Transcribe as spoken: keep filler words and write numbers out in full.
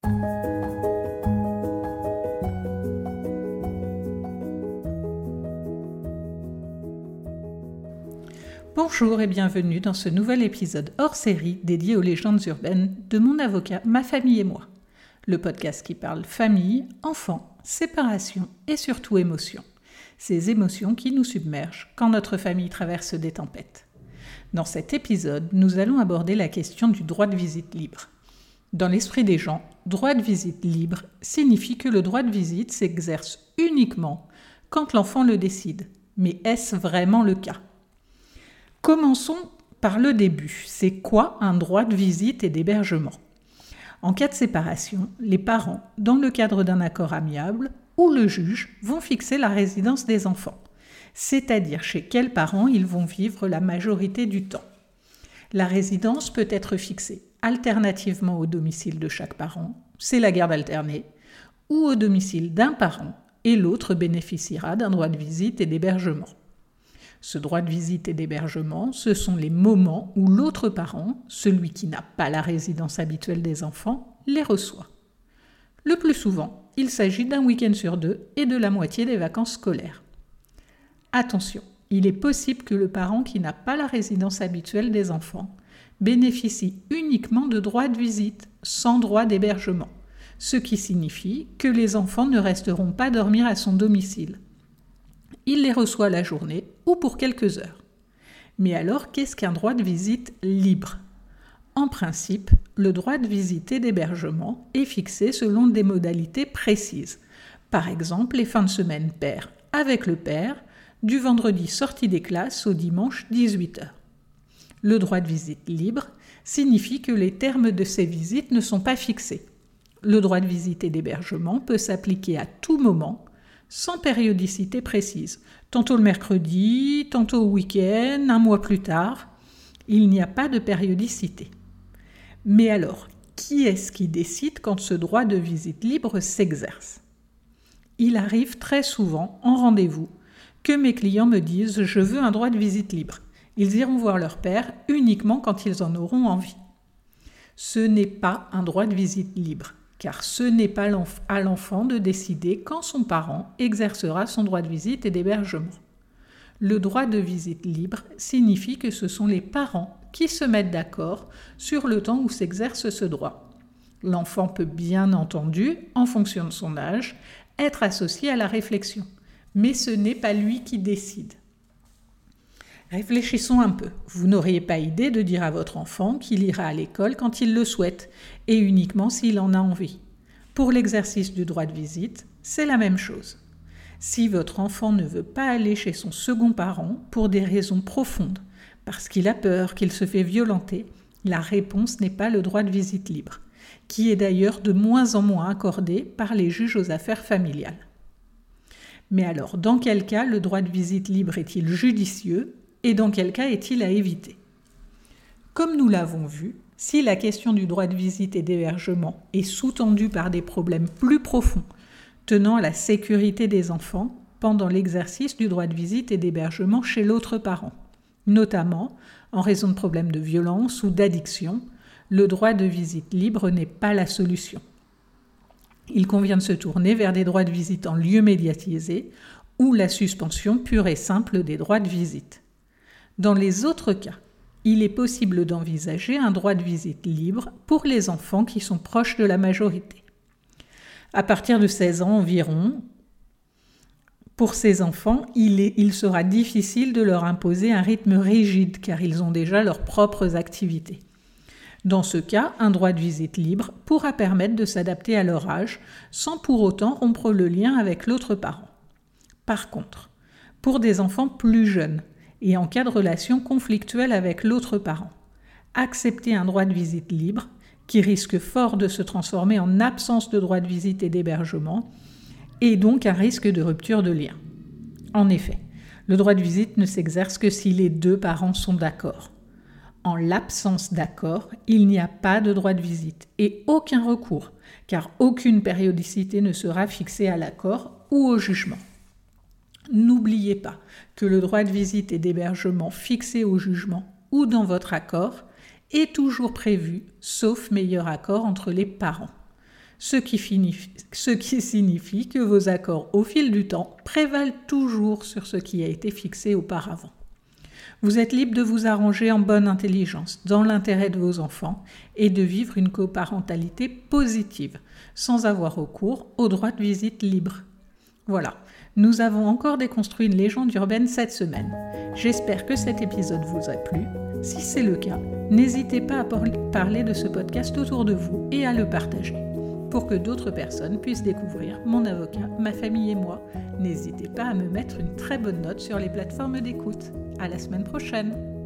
Bonjour et bienvenue dans ce nouvel épisode hors série dédié aux légendes urbaines de Mon avocat, ma famille et moi. Le podcast qui parle famille, enfants, séparation et surtout émotions. Ces émotions qui nous submergent quand notre famille traverse des tempêtes. Dans cet épisode, nous allons aborder la question du droit de visite libre. Dans l'esprit des gens, droit de visite libre signifie que le droit de visite s'exerce uniquement quand l'enfant le décide. Mais est-ce vraiment le cas ? Commençons par le début. C'est quoi un droit de visite et d'hébergement ? En cas de séparation, les parents, dans le cadre d'un accord amiable, ou le juge, vont fixer la résidence des enfants, c'est-à-dire chez quels parents ils vont vivre la majorité du temps. La résidence peut être fixée alternativement au domicile de chaque parent, c'est la garde alternée, ou au domicile d'un parent, et l'autre bénéficiera d'un droit de visite et d'hébergement. Ce droit de visite et d'hébergement, ce sont les moments où l'autre parent, celui qui n'a pas la résidence habituelle des enfants, les reçoit. Le plus souvent, il s'agit d'un week-end sur deux et de la moitié des vacances scolaires. Attention, il est possible que le parent qui n'a pas la résidence habituelle des enfants bénéficie uniquement de droits de visite, sans droit d'hébergement, ce qui signifie que les enfants ne resteront pas dormir à son domicile. Il les reçoit la journée ou pour quelques heures. Mais alors, qu'est-ce qu'un droit de visite libre ? En principe, le droit de visite et d'hébergement est fixé selon des modalités précises. Par exemple, les fins de semaine paires avec le père, du vendredi sortie des classes au dimanche dix-huit heures. Le droit de visite libre signifie que les termes de ces visites ne sont pas fixés. Le droit de visite et d'hébergement peut s'appliquer à tout moment, sans périodicité précise, tantôt le mercredi, tantôt au week-end, un mois plus tard. Il n'y a pas de périodicité. Mais alors, qui est-ce qui décide quand ce droit de visite libre s'exerce ? Il arrive très souvent, en rendez-vous, que mes clients me disent « je veux un droit de visite libre ». Ils iront voir leur père uniquement quand ils en auront envie. Ce n'est pas un droit de visite libre. Car ce n'est pas à l'enfant de décider quand son parent exercera son droit de visite et d'hébergement. Le droit de visite libre signifie que ce sont les parents qui se mettent d'accord sur le temps où s'exerce ce droit. L'enfant peut bien entendu, en fonction de son âge, être associé à la réflexion, mais ce n'est pas lui qui décide. Réfléchissons un peu. Vous n'auriez pas idée de dire à votre enfant qu'il ira à l'école quand il le souhaite et uniquement s'il en a envie. Pour l'exercice du droit de visite, c'est la même chose. Si votre enfant ne veut pas aller chez son second parent pour des raisons profondes, parce qu'il a peur, qu'il se fait violenter, la réponse n'est pas le droit de visite libre, qui est d'ailleurs de moins en moins accordé par les juges aux affaires familiales. Mais alors, dans quel cas le droit de visite libre est-il judicieux ? Et dans quel cas est-il à éviter ? Comme nous l'avons vu, si la question du droit de visite et d'hébergement est sous-tendue par des problèmes plus profonds tenant à la sécurité des enfants pendant l'exercice du droit de visite et d'hébergement chez l'autre parent, notamment en raison de problèmes de violence ou d'addiction, le droit de visite libre n'est pas la solution. Il convient de se tourner vers des droits de visite en lieu médiatisé ou la suspension pure et simple des droits de visite. Dans les autres cas, il est possible d'envisager un droit de visite libre pour les enfants qui sont proches de la majorité. À partir de seize ans environ, pour ces enfants, il, est, il sera difficile de leur imposer un rythme rigide car ils ont déjà leurs propres activités. Dans ce cas, un droit de visite libre pourra permettre de s'adapter à leur âge sans pour autant rompre le lien avec l'autre parent. Par contre, pour des enfants plus jeunes, et en cas de relation conflictuelle avec l'autre parent. Accepter un droit de visite libre, qui risque fort de se transformer en absence de droit de visite et d'hébergement, et donc un risque de rupture de lien. En effet, le droit de visite ne s'exerce que si les deux parents sont d'accord. En l'absence d'accord, il n'y a pas de droit de visite et aucun recours, car aucune périodicité ne sera fixée à l'accord ou au jugement. N'oubliez pas que le droit de visite et d'hébergement fixé au jugement ou dans votre accord est toujours prévu, sauf meilleur accord entre les parents. ce qui, finit, ce qui signifie que vos accords au fil du temps prévalent toujours sur ce qui a été fixé auparavant. Vous êtes libre de vous arranger en bonne intelligence, dans l'intérêt de vos enfants, et de vivre une coparentalité positive, sans avoir recours au droit de visite libre. Voilà, nous avons encore déconstruit une légende urbaine cette semaine. J'espère que cet épisode vous a plu. Si c'est le cas, n'hésitez pas à parler de ce podcast autour de vous et à le partager. Pour que d'autres personnes puissent découvrir mon avocat, ma famille et moi, n'hésitez pas à me mettre une très bonne note sur les plateformes d'écoute. À la semaine prochaine!